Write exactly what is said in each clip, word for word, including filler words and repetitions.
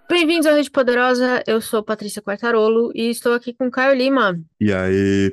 Bem-vindos à Rede Poderosa, eu sou Patrícia Quartarolo e estou aqui com Caio Lima. E aí,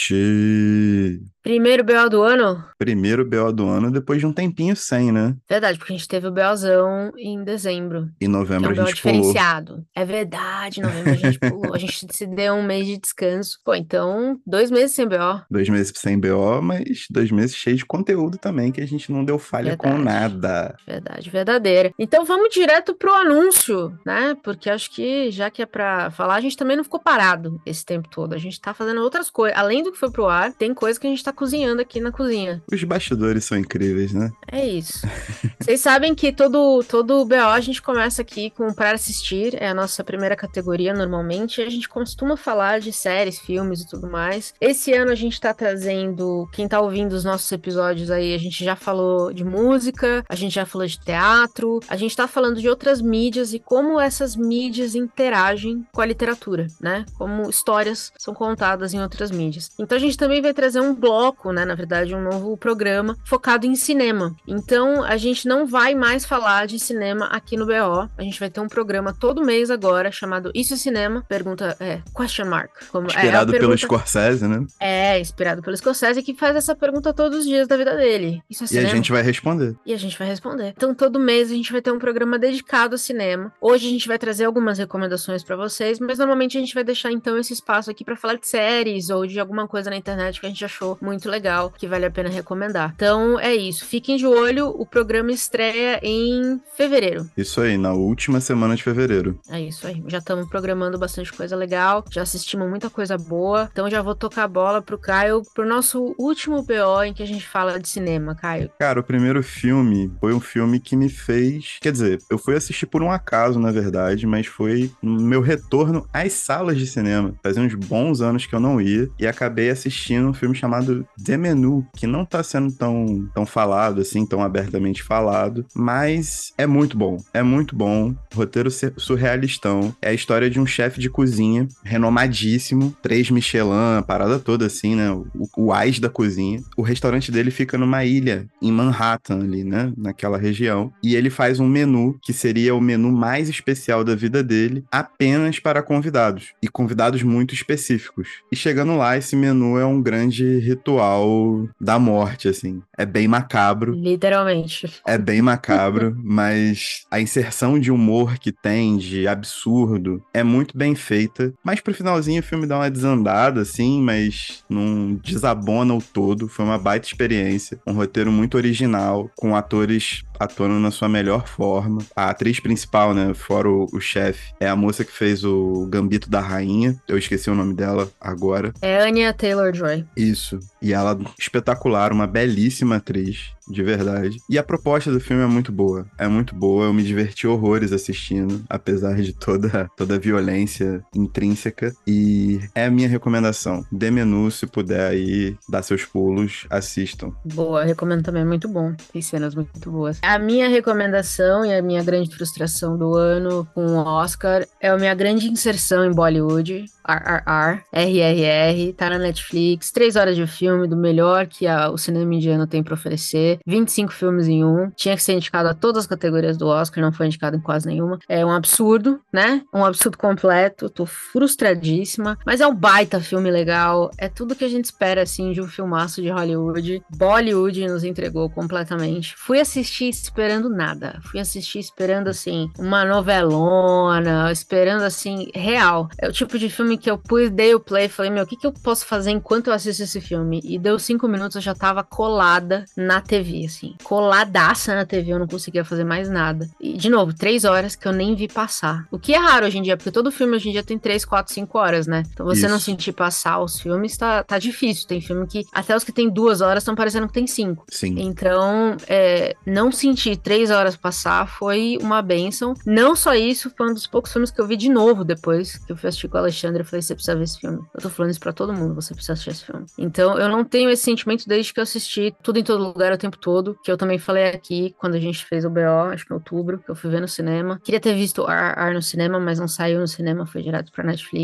Pati? Primeiro B O do ano? Primeiro B O do ano, depois de um tempinho sem, né? Verdade, porque a gente teve o BOzão em dezembro, Em que é novembro um a B O gente pulou. diferenciado. É verdade, em novembro a gente pulou, a gente se deu um mês de descanso. Pô, então, dois meses sem B O. Dois meses sem B O, mas dois meses cheios de conteúdo também, que a gente não deu falha com Verdade. nada. Verdade, verdadeira. Então vamos direto pro anúncio, né? Porque acho que já que é pra falar, a gente também não ficou parado esse tempo todo. A gente tá fazendo outras coisas. Além do que foi pro ar, tem coisa que a gente tá cozinhando aqui na cozinha. Os bastidores são incríveis, né? É isso. Vocês sabem que todo, todo B O a gente começa aqui com para assistir, é a nossa primeira categoria normalmente. A gente costuma falar de séries, filmes e tudo mais. Esse ano a gente tá trazendo, quem tá ouvindo os nossos episódios aí, a gente já falou de música, a gente já falou de teatro, a gente tá falando de outras mídias e como essas mídias interagem com a literatura, né? Como histórias são contadas em outras mídias. Então a gente também vai trazer um bloco, né? Na verdade, um novo programa focado em cinema. Então, a gente não vai mais falar de cinema aqui no B O. A gente vai ter um programa todo mês agora chamado Isso é Cinema? Pergunta, é, question mark. Como, é, é a Inspirado pelo pergunta, Scorsese, né? é, inspirado pelo Scorsese, que faz essa pergunta todos os dias da vida dele. Isso é E a cinema? gente vai responder. E a gente vai responder. Então, todo mês a gente vai ter um programa dedicado ao cinema. Hoje a gente vai trazer algumas recomendações pra vocês, mas normalmente a gente vai deixar então esse espaço aqui pra falar de séries ou de alguma coisa na internet que a gente achou muito legal, que vale a pena recomendar. Então, é isso. Fiquem de olho, o programa estreia em fevereiro. Isso aí, na última semana de fevereiro. É isso aí. Já estamos programando bastante coisa legal, já assistimos muita coisa boa. Então já vou tocar a bola pro Caio pro nosso último B O em que a gente fala de cinema, Caio. Cara, o primeiro filme foi um filme que me fez. Quer dizer, eu fui assistir por um acaso, na verdade, mas foi no meu retorno às salas de cinema. Fazia uns bons anos que eu não ia e acabei assistindo um filme chamado The Menu, que não tá sendo tão, tão falado assim, tão abertamente falado, mas é muito bom. É muito bom. Roteiro ser- surrealistão. É a história de um chefe de cozinha renomadíssimo, três Michelin, a parada toda assim, né? O, o ás da cozinha. O restaurante dele fica numa ilha em Manhattan ali, né? Naquela região. E ele faz um menu que seria o menu mais especial da vida dele, apenas para convidados. E convidados muito específicos. E chegando lá, esse menu é um grande ritual da morte, assim. É bem macabro. Literalmente. É bem macabro, mas a inserção de humor que tem, de absurdo, é muito bem feita. Mas pro finalzinho o filme dá uma desandada, assim, mas não desabona o todo. Foi uma baita experiência. Um roteiro muito original, com atores atuando na sua melhor forma. A atriz principal, né, fora o, o chefe, é a moça que fez o Gambito da Rainha. Eu esqueci o nome dela agora. É Anya Taylor-Joy. Isso. E ela, espetacular, uma belíssima atriz, de verdade. E a proposta do filme é muito boa. É muito boa, eu me diverti horrores assistindo, apesar de toda, toda a violência intrínseca. E é a minha recomendação. Dê menu, se puder aí, dar seus pulos, assistam. Boa, recomendo também, é muito bom. Tem cenas muito boas. A minha recomendação e a minha grande frustração do ano com o Oscar é a minha grande inserção em Bollywood. R R R, R R R, tá na Netflix, três horas de filme do melhor que a- o cinema indiano tem pra oferecer, vinte e cinco filmes em um, tinha que ser indicado a todas as categorias do Oscar, não foi indicado em quase nenhuma, é um absurdo, né? Um absurdo completo, tô frustradíssima, mas é um baita filme legal, é tudo que a gente espera, assim, de um filmaço de Hollywood. Bollywood nos entregou completamente. Fui assistir esperando nada, fui assistir esperando, assim, uma novelona, esperando, assim, real. É o tipo de filme que eu pus, dei o play e falei, meu, o que que eu posso fazer enquanto eu assisto esse filme? E deu cinco minutos, eu já tava colada na T V, assim. Coladaça na T V, eu não conseguia fazer mais nada. E, de novo, três horas que eu nem vi passar. O que é raro hoje em dia, porque todo filme hoje em dia tem três, quatro, cinco horas, né? Então você não Isso. sentir passar os filmes tá, tá difícil. Tem filme que, até os que tem duas horas, estão parecendo que tem cinco. Sim. Então, é, não sentir três horas passar foi uma bênção. Não só isso, foi um dos poucos filmes que eu vi de novo depois que eu fui assistir com o Alexandre. Eu falei, você precisa ver esse filme. Eu tô falando isso pra todo mundo, você precisa assistir esse filme. Então, eu não tenho esse sentimento desde que eu assisti Tudo em Todo Lugar o tempo todo, que eu também falei aqui quando a gente fez o B O, acho que em outubro, que eu fui ver no cinema. Queria ter visto R R R no cinema, mas não saiu no cinema, foi direto pra Netflix.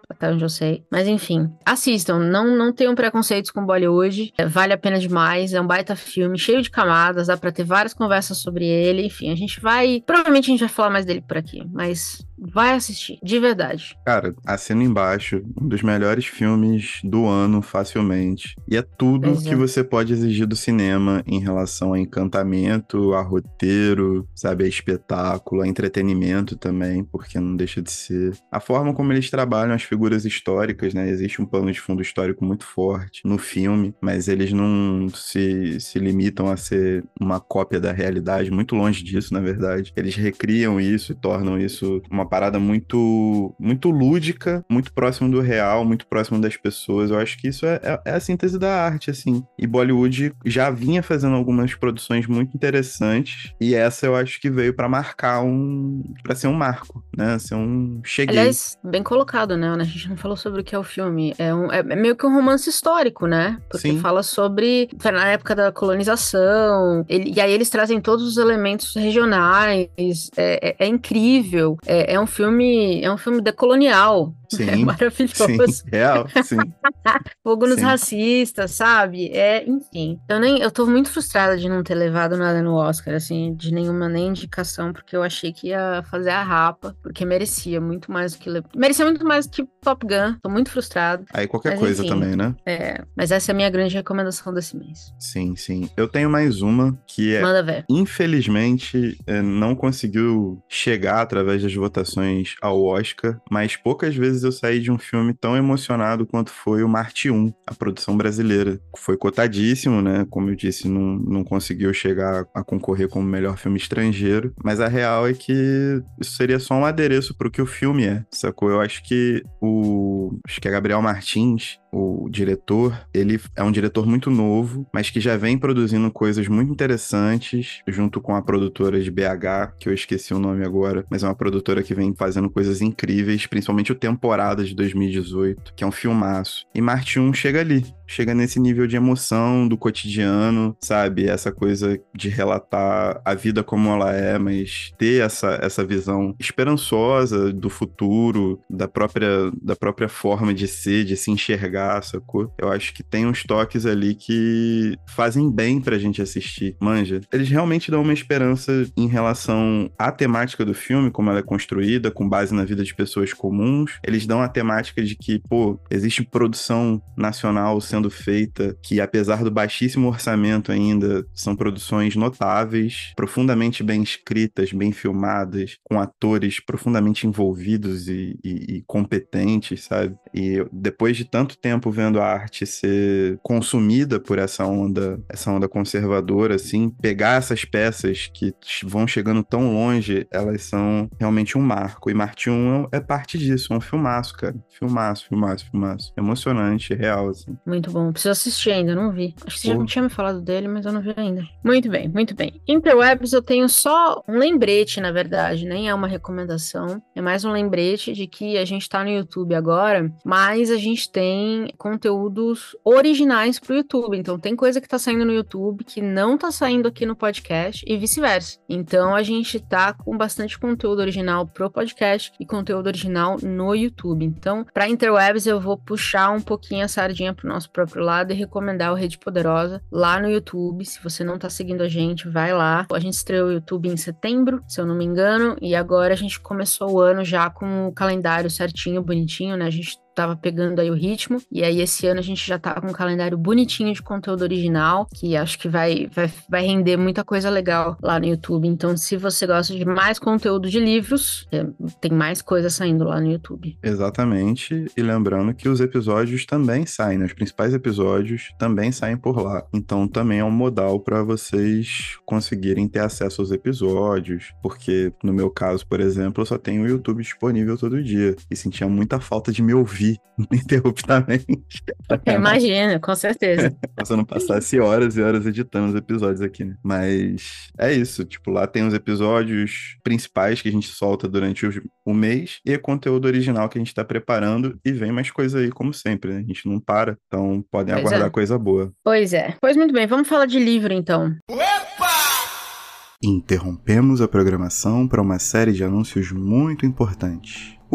até onde eu sei. Mas enfim, assistam. Não, não tenham preconceitos com Bollywood. É, vale a pena demais. É um baita filme, cheio de camadas. Dá pra ter várias conversas sobre ele. Enfim, a gente vai... Provavelmente a gente vai falar mais dele por aqui. Mas vai assistir, de verdade. Cara, assino embaixo, um dos melhores filmes do ano, facilmente. E é tudo Pois que é. você pode exigir do cinema em relação a encantamento, a roteiro, sabe, a espetáculo, a entretenimento também, porque não deixa de ser. A forma como eles trabalham as figuras históricas, né? Existe um plano de fundo histórico muito forte no filme, mas eles não se, se limitam a ser uma cópia da realidade, muito longe disso, na verdade. Eles recriam isso e tornam isso uma parada muito, muito lúdica, muito próximo do real, muito próximo das pessoas. Eu acho que isso é, é, é a síntese da arte, assim. E Bollywood já vinha fazendo algumas produções muito interessantes, e essa eu acho que veio pra marcar um... pra ser um marco, né? Ser um cheguei. Aliás, bem colocado, né? A gente não falou sobre o que é o filme. É, um, é meio que um romance histórico, né? Porque Sim. fala sobre foi na época da colonização. Ele- e aí eles trazem todos os elementos regionais. É, é- é incrível. É, é um filme, é um filme decolonial. É Sim, sim, maravilhoso. real, sim, Fogo nos sim. racistas, sabe? É, enfim. Eu nem, eu tô muito frustrada de não ter levado nada no Oscar, assim, de nenhuma nem indicação, porque eu achei que ia fazer a rapa, porque merecia muito mais do que le... merecia muito mais do que Top Gun. Tô muito frustrada. Aí qualquer Mas coisa enfim, também, né? é, mas essa é a minha grande recomendação desse mês. Sim, sim. Eu tenho mais uma que é, Manda ver. infelizmente, é, não conseguiu chegar através das votações ao Oscar, mas poucas vezes eu saí de um filme tão emocionado quanto foi o Marte um, a produção brasileira. Foi cotadíssimo, né? Como eu disse, não, não conseguiu chegar a concorrer como melhor filme estrangeiro, mas a real é que isso seria só um adereço pro que o filme é, sacou? Eu acho que o... acho que é Gabriel Martins, o diretor, ele é um diretor muito novo, mas que já vem produzindo coisas muito interessantes, junto com a produtora de B H, que eu esqueci o nome agora, mas é uma produtora que vem fazendo coisas incríveis, principalmente o Temporada de dois mil e dezoito, que é um filmaço. E Marte um chega ali, chega nesse nível de emoção do cotidiano, sabe? Essa coisa de relatar a vida como ela é, mas ter essa, essa visão esperançosa do futuro, da própria, da própria forma de ser, de se enxergar, sacou? Eu acho que tem uns toques ali que fazem bem pra gente assistir, manja. Eles realmente dão uma esperança em relação à temática do filme, como ela é construída, com base na vida de pessoas comuns. Eles dão a temática de que, pô, existe produção nacional sendo feita, que apesar do baixíssimo orçamento ainda, são produções notáveis, profundamente bem escritas, bem filmadas, com atores profundamente envolvidos e, e, e competentes, sabe? E depois de tanto tempo vendo a arte ser consumida por essa onda, essa onda conservadora, assim, pegar essas peças que vão chegando tão longe, elas são realmente um marco. E Marte um é parte disso, é um filmaço, cara. Filmaço, filmaço, filmaço. Emocionante, real, assim. Muito bom. Preciso assistir ainda, não vi. Acho que você já Pô. tinha me falado dele, mas eu não vi ainda. Muito bem, muito bem. Interwebs eu tenho só um lembrete, na verdade, nem é uma recomendação. É mais um lembrete de que a gente tá no YouTube agora, mas a gente tem conteúdos originais pro YouTube. Então tem coisa que tá saindo no YouTube que não tá saindo aqui no podcast e vice-versa. Então a gente tá com bastante conteúdo original pro podcast e conteúdo original no YouTube. Então, pra Interwebs eu vou puxar um pouquinho a sardinha pro nosso próprio lado e recomendar o Rede Poderosa lá no YouTube. Se você não tá seguindo a gente, vai lá. A gente estreou o YouTube em setembro, se eu não me engano, e agora a gente começou o ano já com o calendário certinho, bonitinho, né? A gente tava pegando aí o ritmo, e aí esse ano a gente já tá com um calendário bonitinho de conteúdo original, que acho que vai, vai, vai render muita coisa legal lá no YouTube. Então, se você gosta de mais conteúdo de livros, é, tem mais coisa saindo lá no YouTube. Exatamente, e lembrando que os episódios também saem, né? Os principais episódios também saem por lá. Então também é um modal para vocês conseguirem ter acesso aos episódios, porque no meu caso, por exemplo, eu só tenho o YouTube disponível todo dia e sentia muita falta de me ouvir ininterruptamente. Imagina, com certeza. Se eu não passasse horas e horas editando os episódios aqui, né? Mas é isso, tipo, lá tem os episódios principais que a gente solta durante os- o mês e conteúdo original que a gente tá preparando, e vem mais coisa aí, como sempre, né? A gente não para, então podem Pois aguardar é. coisa boa. Pois é. Pois muito bem, vamos falar de livro então. Interrompemos a programação para uma série de anúncios muito importantes. O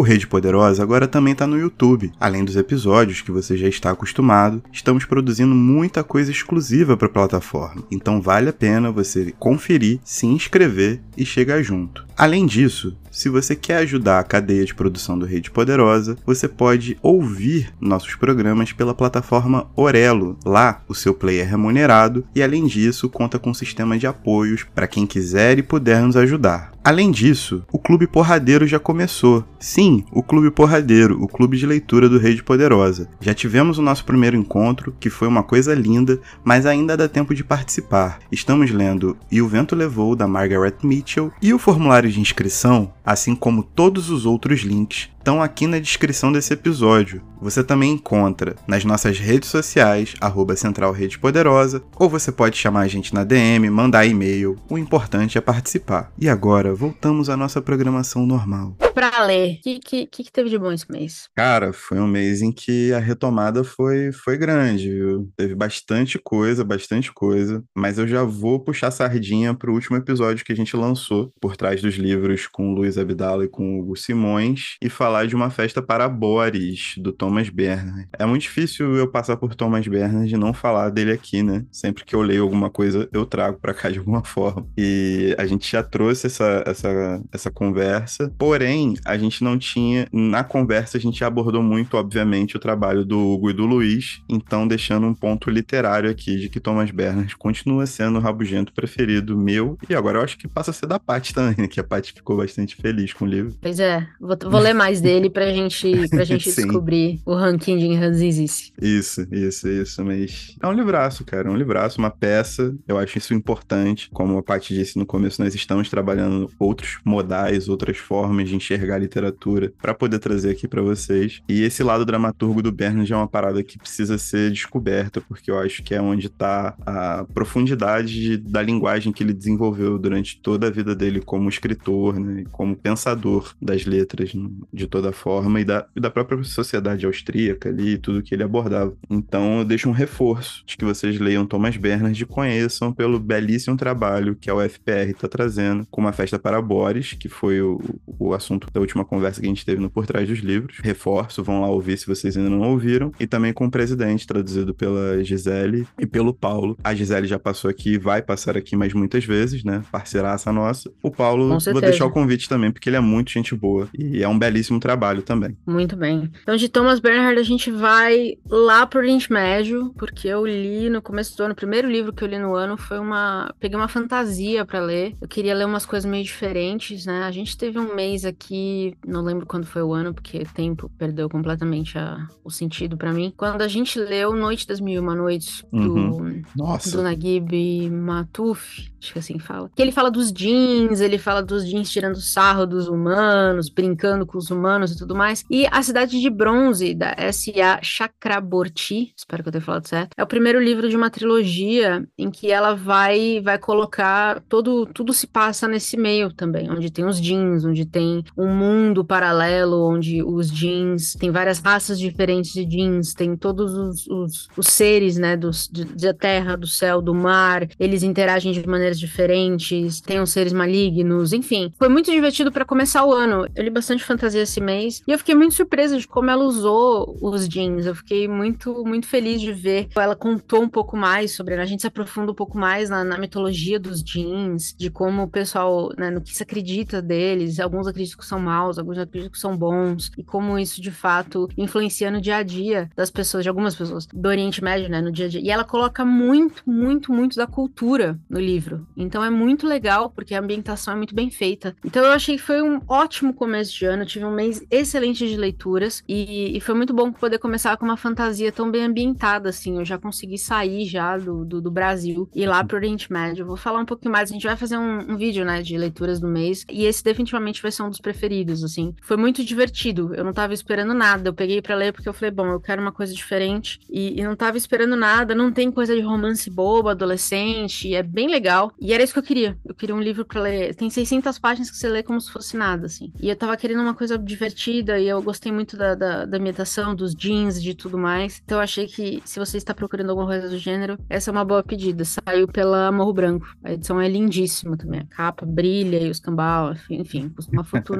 O Rede Poderosa agora também está no YouTube. Além dos episódios que você já está acostumado, estamos produzindo muita coisa exclusiva para a plataforma. Então vale a pena você conferir, se inscrever e chegar junto. Além disso, se você quer ajudar a cadeia de produção do Rede Poderosa, você pode ouvir nossos programas pela plataforma Orelo. Lá, o seu play é remunerado e, além disso, conta com um sistema de apoios para quem quiser e puder nos ajudar. Além disso, o Clube Porradeiro já começou. Sim, o Clube Porradeiro, o clube de leitura do Rede Poderosa. Já tivemos o nosso primeiro encontro, que foi uma coisa linda, mas ainda dá tempo de participar. Estamos lendo E o Vento Levou, da Margaret Mitchell, e o formulário de inscrição, assim como todos os outros links, estão aqui na descrição desse episódio. Você também encontra nas nossas redes sociais, arroba Central Rede Poderosa, ou você pode chamar a gente na D M, mandar e-mail. O importante é participar. E agora, voltamos à nossa programação normal. Pra ler, o que, que, que teve de bom esse mês? Cara, foi um mês em que a retomada foi, foi grande, viu? Teve bastante coisa, bastante coisa, mas eu já vou puxar a sardinha pro último episódio que a gente lançou, Por Trás dos Livros, com o Luiz Abdala e com o Hugo Simões, e falar de Uma Festa para Boris, do Thomas Bernhard. É muito difícil eu passar por Thomas Bernhard e não falar dele aqui, né? Sempre que eu leio alguma coisa, eu trago pra cá de alguma forma. E a gente já trouxe essa, essa, essa conversa, porém, a gente não tinha... Na conversa, a gente abordou muito, obviamente, o trabalho do Hugo e do Luiz, então deixando um ponto literário aqui de que Thomas Bernhard continua sendo o rabugento preferido meu, e agora eu acho que passa a ser da Paty também, né? Que a Paty ficou bastante feliz com o livro. Pois é, vou, vou ler mais dele pra gente, pra gente descobrir o ranking de Ranzizice. Isso, isso, isso, mas é um livraço, cara, é um livraço, uma peça, eu acho isso importante, como a Paty disse no começo, nós estamos trabalhando outros modais, outras formas de enxergar a literatura para poder trazer aqui para vocês, e esse lado dramaturgo do Bernhard é uma parada que precisa ser descoberta, porque eu acho que é onde tá a profundidade da linguagem que ele desenvolveu durante toda a vida dele como escritor, né, como pensador das letras, né, de toda forma, e da, e da própria sociedade austríaca ali, tudo que ele abordava. Então eu deixo um reforço de que vocês leiam Thomas Bernhard e conheçam pelo belíssimo trabalho que a U F P R está trazendo com Uma Festa para Boris, que foi o, o assunto da última conversa que a gente teve no Por Trás dos Livros. Reforço, vão lá ouvir se vocês ainda não ouviram. E também com o Presidente, traduzido pela Gisele e pelo Paulo. A Gisele já passou aqui, vai passar aqui mais muitas vezes, né? Parceiraça nossa. O Paulo, vou deixar o convite também, porque ele é muito gente boa. E é um belíssimo trabalho também. Muito bem. Então, de Thomas Bernhard, a gente vai lá pro Oriente Médio, porque eu li no começo do ano, o primeiro livro que eu li no ano foi uma... Peguei uma fantasia pra ler. Eu queria ler umas coisas meio diferentes, né? A gente teve um mês aqui, não lembro quando foi o ano, porque o tempo perdeu completamente a... o sentido pra mim. Quando a gente leu Noite das Mil e Uma Noites, do, uhum. Nossa. do Naguib Mahfouz, acho que assim fala. Que ele fala dos jeans, ele fala dos jeans tirando sarro dos humanos, brincando com os humanos e tudo mais. E A Cidade de Bronze, da S A Chakraborty, espero que eu tenha falado certo, é o primeiro livro de uma trilogia em que ela vai, vai colocar todo, tudo se passa nesse meio também, onde tem os jeans, onde tem um mundo paralelo, onde os jeans, tem várias raças diferentes de jeans, tem todos os, os, os seres, né, dos, de, da terra, do céu, do mar, eles interagem de maneiras diferentes, tem os seres malignos, enfim. Foi muito divertido pra começar o ano. Eu li bastante fantasia esse mês e eu fiquei muito surpresa de como ela usou os jeans. Eu fiquei muito, muito feliz de ver. Ela contou um pouco mais sobre, a gente se aprofunda um pouco mais na, na mitologia dos jeans, de como o pessoal, né, no que se acredita deles. Alguns acreditam que são maus, alguns acreditam que são bons, e como isso de fato influencia no dia a dia das pessoas, de algumas pessoas do Oriente Médio, né, no dia a dia. E ela coloca muito, muito, muito da cultura no livro. Então é muito legal, porque a ambientação é muito bem feita. Então eu achei que foi um ótimo começo de ano, eu tive um mês excelente de leituras, e, e foi muito bom poder começar com uma fantasia tão bem ambientada, assim. Eu já consegui sair já do, do, do Brasil e ir lá pro Oriente Médio. Eu vou falar um pouquinho mais, a gente vai fazer um, um vídeo, né, de leituras do mês, e esse definitivamente vai ser um dos preferidos, assim. Foi muito divertido, eu não tava esperando nada, eu peguei pra ler porque eu falei, bom, eu quero uma coisa diferente, e, e não tava esperando nada, não tem coisa de romance bobo, adolescente, é bem legal, e era isso que eu queria. Eu queria um livro pra ler, tem seiscentas páginas que você lê como se fosse nada, assim. E eu tava querendo uma coisa divertida, e eu gostei muito da, da, da ambientação, dos jeans, e de tudo mais. Então eu achei que, se você está procurando alguma coisa do gênero, essa é uma boa pedida. Saiu pela Morro Branco. A edição é lindíssima também. A capa brilha e os cambal, enfim, custa uma fortuna,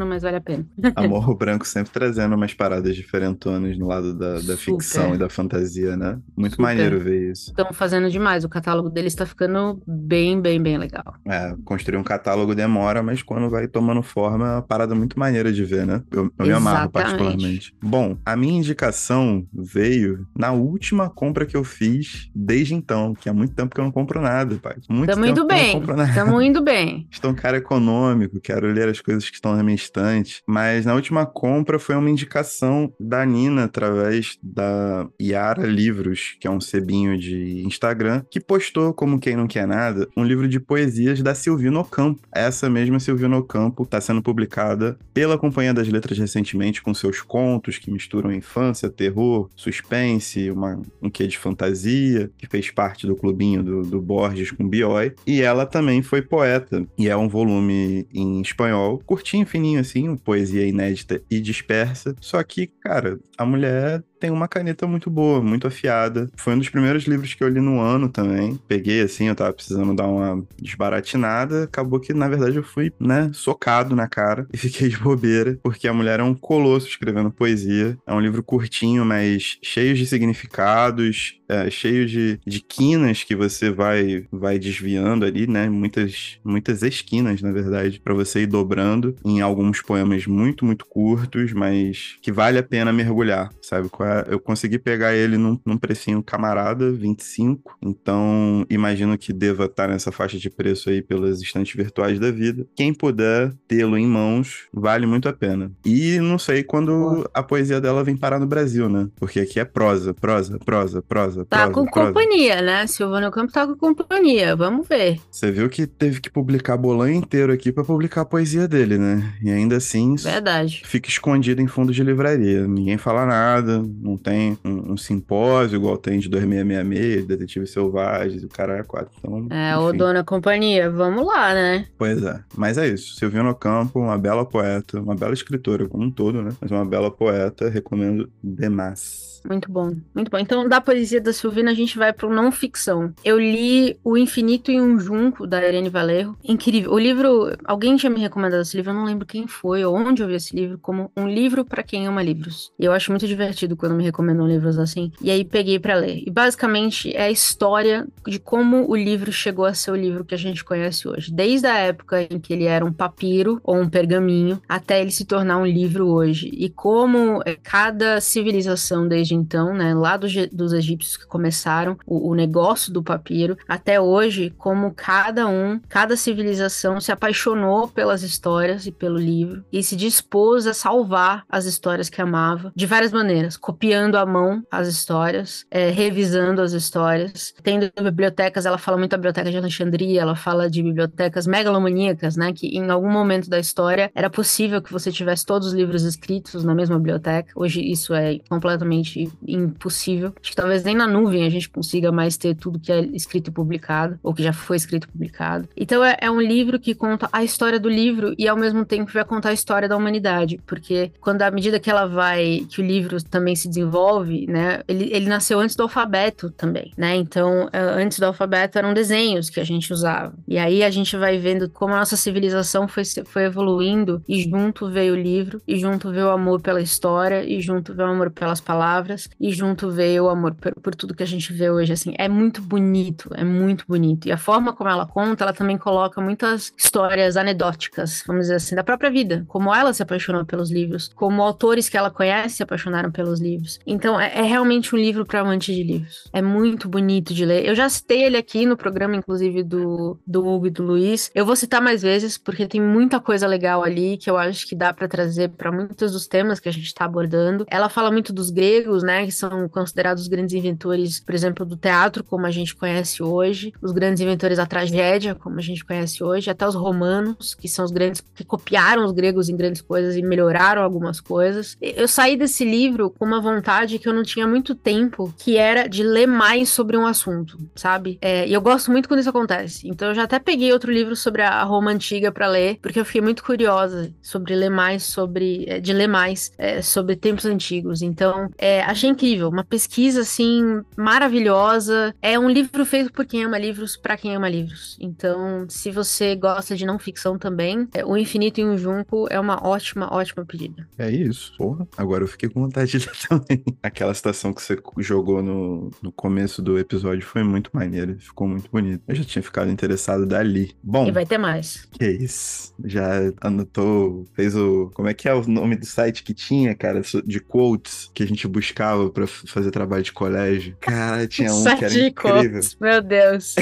ano, mas vale a pena. A Morro Branco sempre trazendo umas paradas diferentonas no lado da, da ficção e da fantasia, né? Muito Super. maneiro ver isso. Estão fazendo demais, o catálogo deles tá ficando bem, bem, bem legal. É, construir um catálogo demora, mas quando vai tomando forma é uma parada muito maneira de ver, né? Eu, eu me amarro particularmente. Bom, a minha indicação veio na última compra que eu fiz desde então, que há muito tempo que eu não compro nada, pai. Muito Tamo tempo indo que eu não bem, compro nada. tamo indo bem. Estou um cara econômico, quero ler as coisas que estão na minha estante, mas na última compra foi uma indicação da Nina através da Yara Livros, que é um sebinho de Instagram, que postou, como quem não quer nada, um livro de poesias da Silvina Ocampo. Essa mesma Silvina Ocampo está sendo publicada pela Companhia das Letras recentemente com seus contos que misturam infância, terror, suspense, uma, um quê de fantasia, que fez parte do clubinho do, do Borges com Bioy. E ela também foi poeta, e é um volume em espanhol, curtinho, fininho assim, poesia inédita e dispersa. Só que, cara, a mulher tem uma caneta muito boa, muito afiada. Foi um dos primeiros livros que eu li no ano também. Peguei assim, eu tava precisando dar uma desbaratinada. Acabou que, na verdade, eu fui, né, socado na cara e fiquei de bobeira, porque a mulher é um colosso escrevendo poesia. É um livro curtinho, mas cheio de significados, é, cheio de, de quinas que você vai, vai desviando ali, né? Muitas, muitas esquinas, na verdade, pra você ir dobrando em alguns poemas muito, muito curtos, mas que vale a pena mergulhar, sabe? Eu consegui pegar ele num, num precinho camarada, vinte e cinco. Então, imagino que deva estar nessa faixa de preço aí pelas estantes virtuais da vida. Quem puder tê-lo em mãos, vale muito a pena. E não sei quando Boa. a poesia dela vem parar no Brasil, né? Porque aqui é prosa, prosa, prosa, prosa, Tá prosa, com prosa. companhia, né? Silvana Ocampo tá com companhia, vamos ver. Você viu que teve que publicar Bolan inteiro aqui pra publicar a poesia dele, né? E ainda assim, Verdade. fica escondido em fundo de livraria. Ninguém fala nada, não tem um, um simpósio igual tem de dois mil seiscentos e sessenta e seis, Detetives Selvagens, o caralho é quatro. Então, É, enfim. ô dona companhia, vamos lá, né? Pois é, mas é isso. Silvina Ocampo, uma bela poeta, uma bela escritora como um todo, né? Mas uma bela poeta, recomendo demais. Muito bom, muito bom. Então, da poesia da Silvina, a gente vai pro não ficção. Eu li O Infinito em um Junco, da Irene Valerro. Incrível. O livro, alguém tinha me recomendado esse livro, eu não lembro quem foi ou onde eu vi esse livro, como um livro pra quem ama livros. E eu acho muito divertido quando me recomendam livros assim. E aí peguei pra ler. E basicamente é a história de como o livro chegou a ser o livro que a gente conhece hoje. Desde a época em que ele era um papiro ou um pergaminho, até ele se tornar um livro hoje. E como cada civilização desde então, né, lá do, dos egípcios que começaram o, o negócio do papiro, até hoje, como cada um, cada civilização se apaixonou pelas histórias e pelo livro e se dispôs a salvar as histórias que amava de várias maneiras, copiando à mão as histórias, é, revisando as histórias, tendo bibliotecas. Ela fala muito da biblioteca de Alexandria, ela fala de bibliotecas megalomaníacas, né, que em algum momento da história era possível que você tivesse todos os livros escritos na mesma biblioteca. Hoje isso é completamente impossível. Acho que talvez nem na nuvem a gente consiga mais ter tudo que é escrito e publicado, ou que já foi escrito e publicado. Então é, é um livro que conta a história do livro e ao mesmo tempo vai contar a história da humanidade, porque quando à medida que ela vai, que o livro também se desenvolve, né, ele, ele nasceu antes do alfabeto também, né, então antes do alfabeto eram desenhos que a gente usava, e aí a gente vai vendo como a nossa civilização foi, foi evoluindo, e junto veio o livro, e junto veio o amor pela história, e junto veio o amor pelas palavras, e junto veio o amor por, por tudo que a gente vê hoje, assim, é muito bonito, é muito bonito, e a forma como ela conta, ela também coloca muitas histórias anedóticas, vamos dizer assim, da própria vida, como ela se apaixonou pelos livros, como autores que ela conhece se apaixonaram pelos livros, então é, é realmente um livro para amante de livros, é muito bonito de ler. Eu já citei ele aqui no programa, inclusive, do, do Hugo e do Luiz, eu vou citar mais vezes, porque tem muita coisa legal ali, que eu acho que dá para trazer para muitos dos temas que a gente tá abordando. Ela fala muito dos gregos, né, que são considerados os grandes inventores, por exemplo, do teatro, como a gente conhece hoje, os grandes inventores da tragédia, como a gente conhece hoje, até os romanos, que são os grandes, que copiaram os gregos em grandes coisas e melhoraram algumas coisas. Eu saí desse livro com uma vontade que eu não tinha muito tempo, que era de ler mais sobre um assunto, sabe? É, e eu gosto muito quando isso acontece. Então eu já até peguei outro livro sobre a Roma Antiga pra ler, porque eu fiquei muito curiosa sobre ler mais sobre, é, de ler mais é, sobre tempos antigos. Então, é, achei incrível, uma pesquisa assim maravilhosa. É um livro feito por quem ama livros, pra quem ama livros. Então, se você gosta de não ficção também, é, O Infinito em um Junco é uma ótima, ótima pedida. É isso, porra. Agora eu fiquei com vontade de ler também. Aquela citação que você jogou no, no começo do episódio foi muito maneira, ficou muito bonito. Eu já tinha ficado interessado dali. E Bom, vai ter mais. que isso? Já anotou, fez o... Como é que é o nome do site que tinha, cara? De quotes que a gente buscava pra f- fazer trabalho de colégio. Cara, tinha um que era Sete de incrível. contos, meu Deus.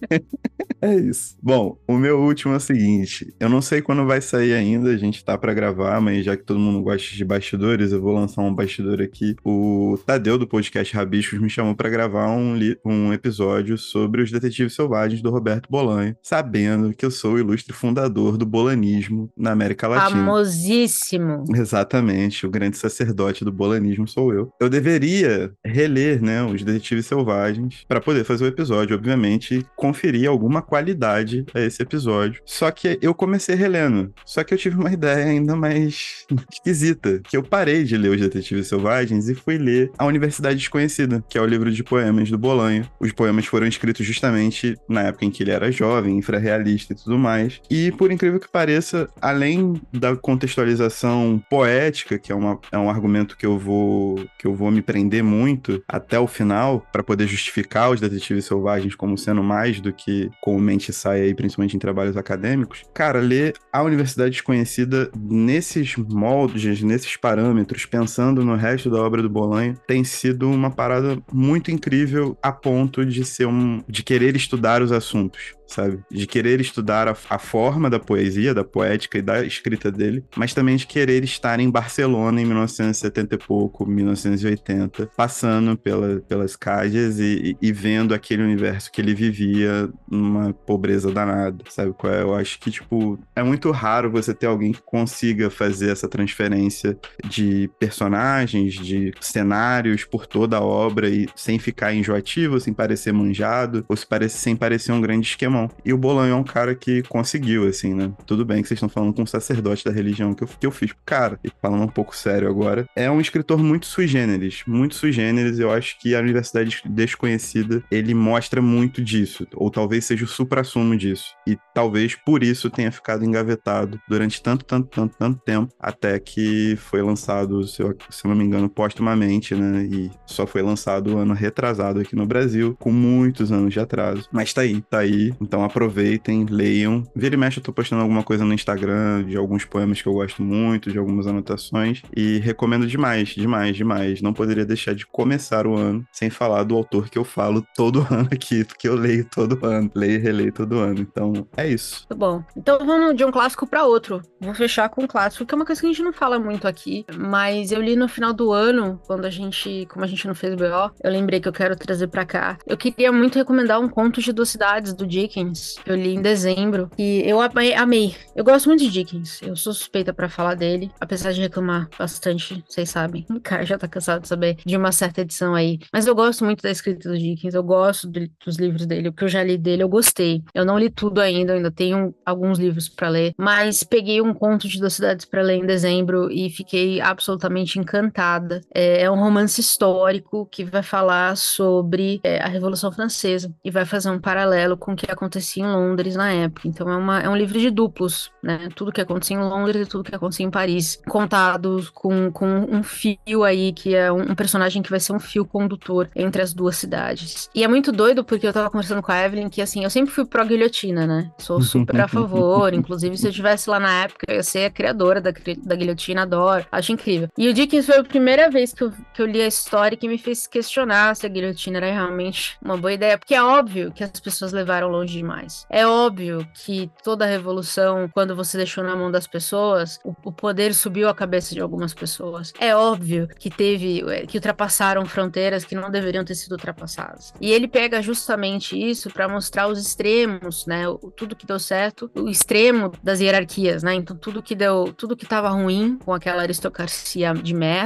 É isso. Bom, o meu último é o seguinte. Eu não sei quando vai sair ainda, a gente tá pra gravar, mas já que todo mundo gosta de bastidores, eu vou lançar um bastidor aqui. O Tadeu, do podcast Rabiscos, me chamou pra gravar um, li- um episódio sobre os Detetives Selvagens do Roberto Bolanho, sabendo que eu sou o ilustre fundador do bolanismo na América Latina. Famosíssimo. Exatamente, o grande sacerdote do bolanismo sou eu. Eu deveria reler, né, os Detetives Selvagens para poder fazer o episódio, obviamente, e conferir alguma qualidade a esse episódio. Só que eu comecei relendo, só que eu tive uma ideia ainda mais esquisita, que eu parei de ler os Detetives Selvagens e fui ler A Universidade Desconhecida, que é o livro de poemas do Bolanho. Os poemas foram escritos justamente na época em que ele era jovem, infrarrealista e tudo mais. E por incrível que pareça, além da contextualização poética, que é, uma, é um argumento que eu vou que eu vou me prender muito até o final para poder justificar os Detetives Selvagens como sendo mais do que comumente sai aí, principalmente em trabalhos acadêmicos. Cara, ler A Universidade Desconhecida nesses moldes, nesses parâmetros, pensando no resto da obra do Bolanho, tem sido uma parada muito incrível a ponto de ser um de querer estudar os assuntos, sabe? De querer estudar a, a forma da poesia, da poética e da escrita dele, mas também de querer estar em Barcelona em mil novecentos e setenta e pouco, mil novecentos e oitenta, passando pela, pelas calles e, e, e vendo aquele universo que ele vivia numa pobreza danada, sabe qual é? Eu acho que, tipo, é muito raro você ter alguém que consiga fazer essa transferência de personagens, de cenários por toda a obra e sem ficar enjoativo, sem parecer manjado, ou se parece, sem parecer um grande esquemão. E o Bolanho é um cara que conseguiu, assim, né? Tudo bem que vocês estão falando com um sacerdote da religião que eu, que eu fiz. Cara, e falando um pouco sério agora, é um escritor muito sui generis, muito sui generis. Eu acho que a Universidade Desconhecida, ele mostra muito disso, ou talvez seja o suprassumo disso. E talvez por isso tenha ficado engavetado durante tanto, tanto, tanto, tanto tempo, até que foi lançado, se eu, se eu não me engano, póstumamente, né? E só foi lançado ano retrasado aqui no Brasil, com muitos anos de atraso. Mas tá aí, tá aí. Então aproveitem, leiam. Vira e mexe, eu tô postando alguma coisa no Instagram de alguns poemas que eu gosto muito, de algumas anotações, e recomendo demais, demais, demais. Não poderia deixar de começar o ano sem falar do autor que eu falo todo ano aqui, porque eu leio todo ano, leio e releio todo ano. Então, é isso. Muito bom. Então vamos de um clássico para outro. Vou fechar com um clássico, que é uma coisa que a gente não fala muito aqui, mas eu li no final do ano, quando a gente, como a gente não fez B O, eu lembrei que eu quero trazer para cá. Eu queria muito recomendar um Conto de Duas Cidades, do Dickens, que eu li em dezembro, e eu amei, amei. Eu gosto muito de Dickens, eu sou suspeita para falar dele, apesar de reclamar bastante, vocês sabem. O cara já tá cansado de saber de uma certa edição aí. Mas eu gosto muito da escrita do Dickens, eu gosto do- dos livros dele, o que eu já li dele, eu gostei. Eu não li tudo ainda, eu ainda tenho alguns livros para ler, mas peguei um Conto de Duas Cidades para ler em dezembro e fiquei absolutamente encantada. É, é um romance histórico que vai falar sobre é, a Revolução Francesa e vai fazer um paralelo com o que acontecia em Londres na época. Então é, uma, é um livro de duplos, né? Tudo que acontecia em Londres e tudo que acontecia em Paris, contados com, com um fio aí, que é um, um personagem que vai ser um fio condutor entre as duas cidades. E é muito doido porque eu tava conversando com a Evelyn que, assim, eu sempre fui pró-guilhotina, né? Sou super a favor, inclusive se eu estivesse lá na época, eu ia ser a criadora da, cri- da guilhotina, adoro, acho incrível. E o Dickens foi a primeira vez que eu, que eu li a história que me fez questionar se a guilhotina era realmente uma boa ideia, porque é óbvio que as pessoas levaram longe demais. É óbvio que toda a revolução, quando você deixou na mão das pessoas, o, o poder subiu a cabeça de algumas pessoas. É óbvio que teve, que ultrapassaram fronteiras que não deveriam ter sido ultrapassadas. E ele pega justamente isso para mostrar os extremos, né? O, tudo que deu certo, o extremo das hierarquias, né? Então tudo que deu, tudo que tava ruim com aquela aristocracia de merda, tudo que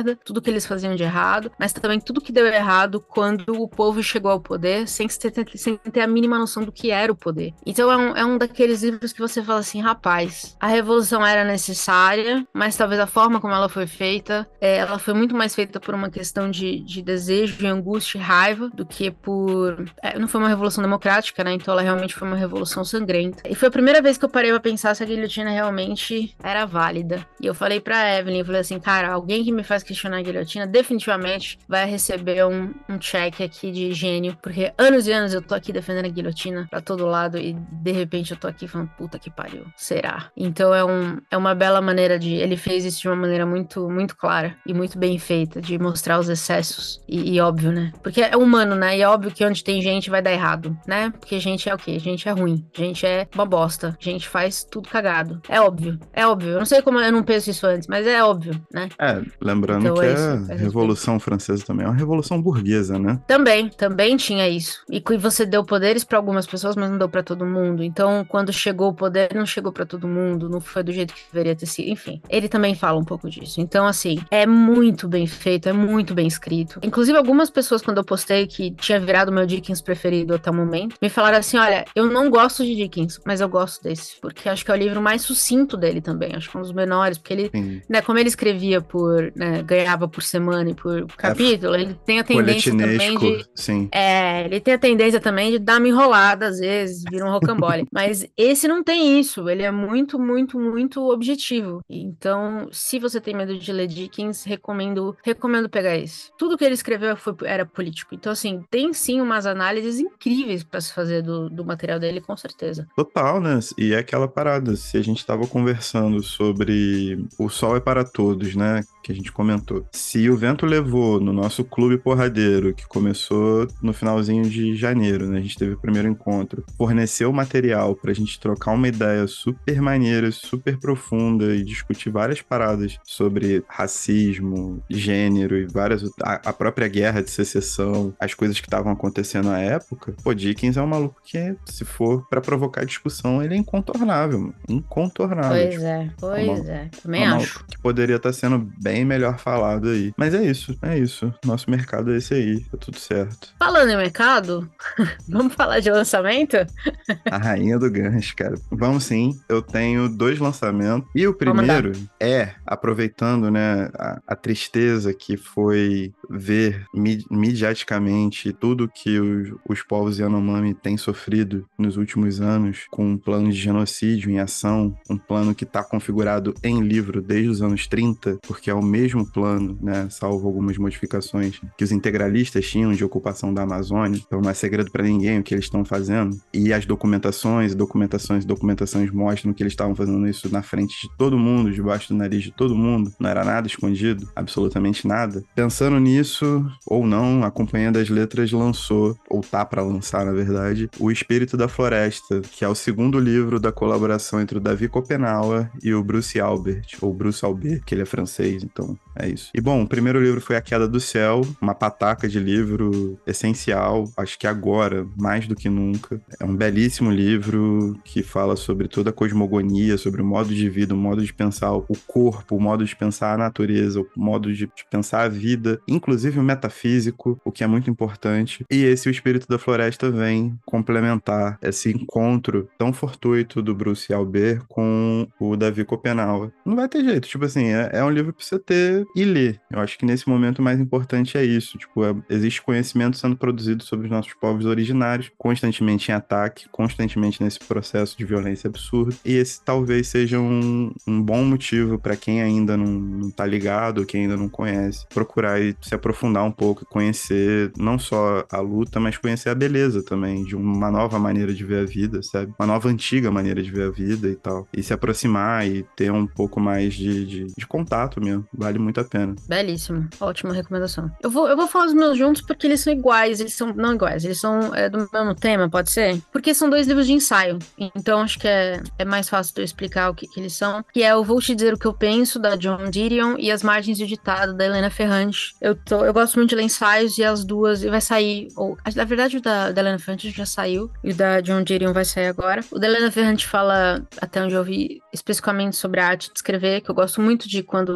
que eles faziam de errado, mas também tudo que deu errado quando o povo chegou ao poder sem ter, sem ter a mínima noção do que era o poder. Então é um, é um daqueles livros que você fala assim, rapaz, a revolução era necessária, mas talvez a forma como ela foi feita, é, ela foi muito mais feita por uma questão de, de desejo, de angústia e raiva, do que por... É, não foi uma revolução democrática, né? Então ela realmente foi uma revolução sangrenta. E foi a primeira vez que eu parei pra pensar se a guilhotina realmente era válida. E eu falei pra Evelyn, eu falei assim, cara, alguém que me faz questionar a guilhotina definitivamente vai receber um, um check aqui de gênio, porque anos e anos eu tô aqui defendendo a guilhotina pra todo lado e de repente eu tô aqui falando, puta que pariu, será? Então é, um, é uma bela maneira de... Ele fez isso de uma maneira muito, muito clara e muito bem feita, de mostrar os excessos. E, e óbvio, né? Porque é humano, né? E é óbvio que onde tem gente vai dar errado, né? Porque gente é o quê? Gente é ruim. Gente é uma bosta. Gente faz tudo cagado. É óbvio. É óbvio. Eu não sei como eu não penso isso antes, mas é óbvio, né? É, lembrando Então que é a isso. É Revolução Francesa também é uma revolução burguesa, né? Também, também tinha isso. E que você deu poderes pra algumas pessoas, mas não deu pra todo mundo. Então, quando chegou o poder, não chegou pra todo mundo, não foi do jeito que deveria ter sido. Enfim, ele também fala um pouco disso. Então, assim, é muito bem feito, é muito bem escrito. Inclusive, algumas pessoas, quando eu postei que tinha virado meu Dickens preferido até o momento, me falaram assim: olha, eu não gosto de Dickens, mas eu gosto desse. Porque acho que é o livro mais sucinto dele também. Acho que é um dos menores, porque ele, Sim. né, como ele escrevia por, né, ganhava por semana e por capítulo, ele tem a tendência também Folhetinesco, de... sim. É, ele tem a tendência também de dar uma enrolada, às vezes, vira um rocambole. Mas esse não tem isso, ele é muito, muito, muito objetivo. Então, se você tem medo de ler Dickens, recomendo, recomendo pegar esse. Tudo que ele escreveu foi, era político. Então, assim, tem sim umas análises incríveis para se fazer do, do material dele, com certeza. Total, né? E é aquela parada, se a gente tava conversando sobre O Sol é para Todos, né? Que a gente comentou. Se o vento levou no nosso clube porradeiro, que começou no finalzinho de janeiro, né? A gente teve o primeiro encontro, forneceu material pra gente trocar uma ideia super maneira, super profunda e discutir várias paradas sobre racismo, gênero e várias... A, a própria guerra de secessão, as coisas que estavam acontecendo na época. Pô, Dickens é um maluco que, se for pra provocar discussão, ele é incontornável, mano. Incontornável. Pois tipo, é, pois é, uma, é. Também é um acho. maluco que poderia estar sendo bem melhor falado aí. Mas é isso, é isso. Nosso mercado é esse aí, tá tudo certo. Falando em mercado, vamos falar de lançamento? A rainha do gancho, cara. Vamos sim, eu tenho dois lançamentos. E o Vamos mandar. primeiro é, aproveitando, né, a, a tristeza que foi ver mi- midiaticamente tudo que os, os povos Yanomami têm sofrido nos últimos anos, com um plano de genocídio em ação, um plano que está configurado em livro desde os anos trinta, porque é o mesmo plano, né, salvo algumas modificações que os integralistas tinham de ocupação da Amazônia. Então não é segredo para ninguém o que eles estão fazendo. E as documentações, documentações, documentações mostram que eles estavam fazendo isso na frente de todo mundo, debaixo do nariz de todo mundo. Não era nada escondido, absolutamente nada. Pensando nisso, ou não, acompanhando as letras, lançou, ou tá para lançar, na verdade, O Espírito da Floresta, que é o segundo livro da colaboração entre o Davi Copenaua e o Bruce Albert, ou Bruce Albert, que ele é francês, então é isso. E bom, o primeiro livro foi A Queda do Céu, uma pataca de livro essencial, acho que agora, mais do que nunca. É um belíssimo livro que fala sobre toda a cosmogonia, sobre o modo de vida, o modo de pensar o corpo, o modo de pensar a natureza, o modo de pensar a vida, inclusive o metafísico, o que é muito importante. E esse O Espírito da Floresta vem complementar esse encontro tão fortuito do Bruce Albert com o Davi Copenaua. Não vai ter jeito, tipo assim, é, é um livro pra você ter e ler. Eu acho que nesse momento o mais importante é isso, tipo, é, existe conhecimento sendo produzido sobre os nossos povos originários, constantemente em ataque, constantemente nesse processo de violência absurda, e esse talvez seja um, um bom motivo para quem ainda não, não tá ligado, quem ainda não conhece, procurar e se aprofundar um pouco, conhecer não só a luta, mas conhecer a beleza também, de uma nova maneira de ver a vida, sabe? Uma nova antiga maneira de ver a vida e tal. E se aproximar e ter um pouco mais de, de, de contato mesmo. Vale muito a pena. Belíssimo. Ótima recomendação. Eu vou, eu vou falar os meus juntos porque eles são iguais, eles são não iguais, eles são é, do mesmo tema, pode ser? Porque são dois livros de ensaio. Então acho que é, é mais fácil de eu explicar o que, que eles são. Que é Eu Vou Te Dizer o Que Eu Penso, da John Didion, e As Margens do Ditado, da Helena Ferrante. Eu, tô, eu gosto muito de ler ensaios e as duas, e vai sair, ou, na verdade o da, da Helena Ferrante já saiu, e o da John Didion vai sair agora. O da Helena Ferrante fala, até onde eu vi, especificamente sobre a arte de escrever, que eu gosto muito de quando autores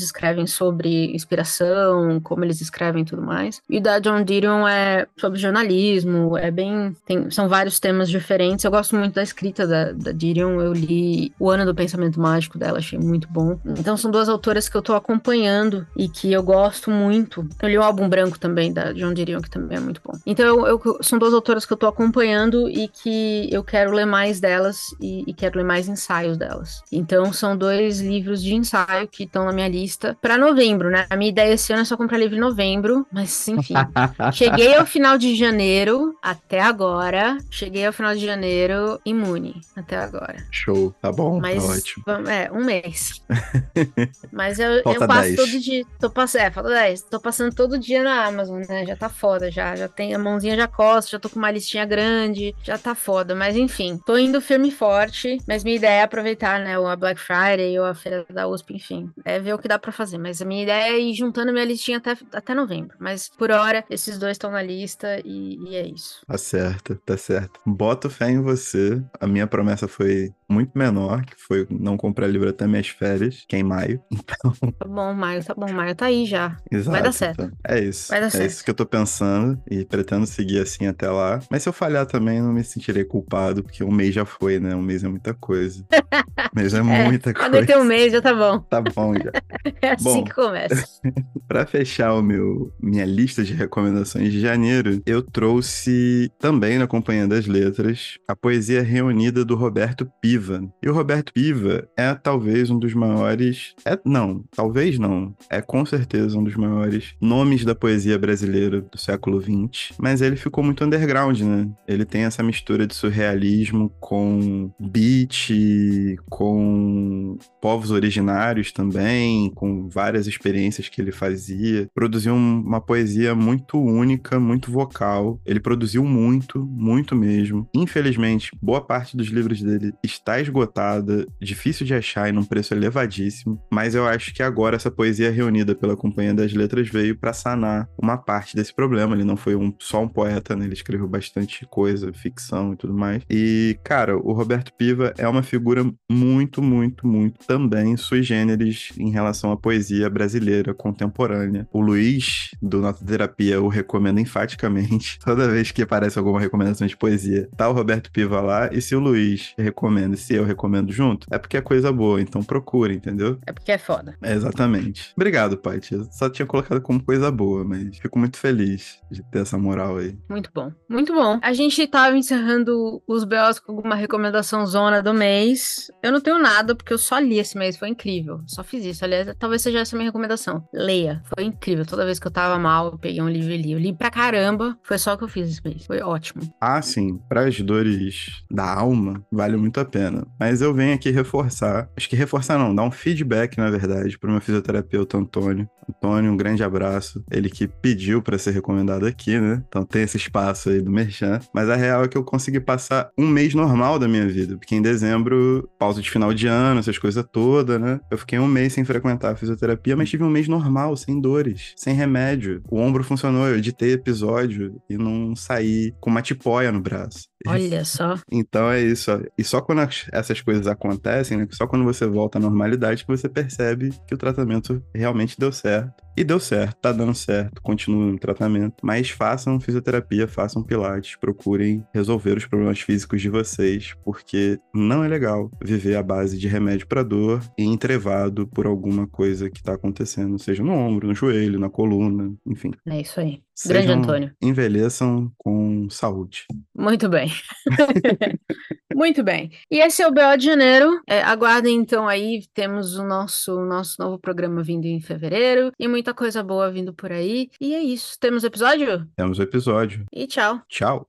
escrevem sobre inspiração, como eles escrevem e tudo mais. E o da Joan Didion é sobre jornalismo, é bem... Tem, são vários temas diferentes. Eu gosto muito da escrita da, da Didion, eu li O Ano do Pensamento Mágico dela, achei muito bom. Então são duas autoras que eu tô acompanhando e que eu gosto muito. Eu li o Álbum Branco também, da Joan Didion, que também é muito bom. Então eu, eu, são duas autoras que eu tô acompanhando e que eu quero ler mais delas e, e quero ler mais ensaios delas. Então são dois livros de ensaio que estão na minha lista para novembro, né? A minha ideia esse ano é só comprar livro em novembro, mas enfim. Cheguei ao final de janeiro, até agora. Cheguei ao final de janeiro imune, até agora. Show, tá bom, mas, tá ótimo. É, um mês. Mas eu, eu passo dez. todo dia. Tô pass... É, falta dez. Tô passando todo dia na Amazon, né? Já tá foda, já. Já tem a mãozinha já costa, já tô com uma listinha grande, já tá foda. Mas enfim, tô indo firme e forte. Mas minha ideia é aproveitar, né? A Black Friday ou a feira da U S P, enfim. É ver o que dá pra fazer. Mas a minha ideia é ir juntando minha listinha até, até novembro. Mas por hora, esses dois estão na lista e, e é isso. Tá certo, tá certo. Boto fé em você. A minha promessa foi muito menor, que foi não comprar livro até minhas férias, que é em maio. Então... Tá bom, maio, tá bom, maio tá aí já. Exato. Vai dar certo. Então, é isso. Vai dar é certo. isso que eu tô pensando e pretendo seguir assim até lá. Mas se eu falhar também, não me sentirei culpado, porque um mês já foi, né? Um mês é muita coisa. Um mês é, é muita coisa. Quando tem um mês já tá bom. Tá bom já. É assim bom, que começa. Pra fechar o meu, minha lista de recomendações de janeiro, eu trouxe também na Companhia das Letras a Poesia Reunida do Roberto Piva. E o Roberto Piva é talvez um dos maiores... É, não, talvez não. É com certeza um dos maiores nomes da poesia brasileira do século vinte. Mas ele ficou muito underground, né? Ele tem essa mistura de surrealismo com beat, com povos originários também, com várias experiências que ele fazia. Produziu uma poesia muito única, muito vocal. Ele produziu muito, muito mesmo. Infelizmente, boa parte dos livros dele está esgotada, difícil de achar e num preço elevadíssimo, mas eu acho que agora essa poesia reunida pela Companhia das Letras veio para sanar uma parte desse problema. Ele não foi um, só um poeta, né? Ele escreveu bastante coisa, ficção e tudo mais. E, cara, o Roberto Piva é uma figura muito, muito, muito também sui generis em relação à poesia brasileira contemporânea. O Luiz, do Nota Terapia, o recomenda enfaticamente. Toda vez que aparece alguma recomendação de poesia, tá o Roberto Piva lá, e se o Luiz recomenda, se eu recomendo junto, é porque é coisa boa, então procure, entendeu? É porque é foda. É, exatamente. Obrigado, Paty. Eu só tinha colocado como coisa boa, mas fico muito feliz de ter essa moral aí. Muito bom. Muito bom. A gente tava encerrando os B Os com alguma recomendação zona do mês. Eu não tenho nada, porque eu só li esse mês, foi incrível. Só fiz isso. Aliás, talvez seja essa a minha recomendação. Leia. Foi incrível. Toda vez que eu tava mal, eu peguei um livro e li. Eu li pra caramba. Foi só o que eu fiz esse mês. Foi ótimo. Ah, sim. Para as dores da alma, vale muito a pena. Mas eu venho aqui reforçar. Acho que reforçar não, dar um feedback, na verdade, pro meu fisioterapeuta Antônio. Antônio, um grande abraço. Ele que pediu pra ser recomendado aqui, né? Então tem esse espaço aí do Merchan. Mas a real é que eu consegui passar um mês normal da minha vida. Porque em dezembro, pausa de final de ano, essas coisas todas, né? Eu fiquei um mês sem frequentar a fisioterapia, mas tive um mês normal, sem dores, sem remédio. O ombro funcionou, eu editei episódio e não saí com uma tipóia no braço. Olha só. Então é isso. Ó. E só quando essas coisas acontecem, né? Só quando você volta à normalidade que você percebe que o tratamento realmente deu certo. E deu certo, tá dando certo, continua no tratamento. Mas façam fisioterapia, façam pilates, procurem resolver os problemas físicos de vocês, porque não é legal viver à base de remédio pra dor e entrevado por alguma coisa que tá acontecendo, seja no ombro, no joelho, na coluna, enfim. É isso aí. Sejam, grande Antônio. Envelheçam com saúde. Muito bem. Muito bem. E esse é o B O de janeiro. É, aguardem então aí, temos o nosso, nosso novo programa vindo em fevereiro e muita coisa boa vindo por aí. E é isso. Temos episódio? Temos o episódio. E tchau. Tchau.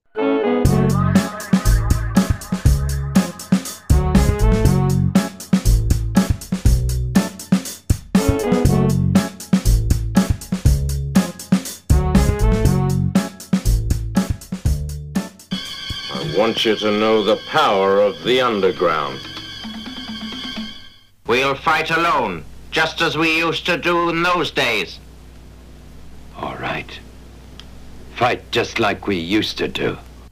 I want you to know the power of the underground. We'll fight alone, just as we used to do in those days. All right. Fight just like we used to do.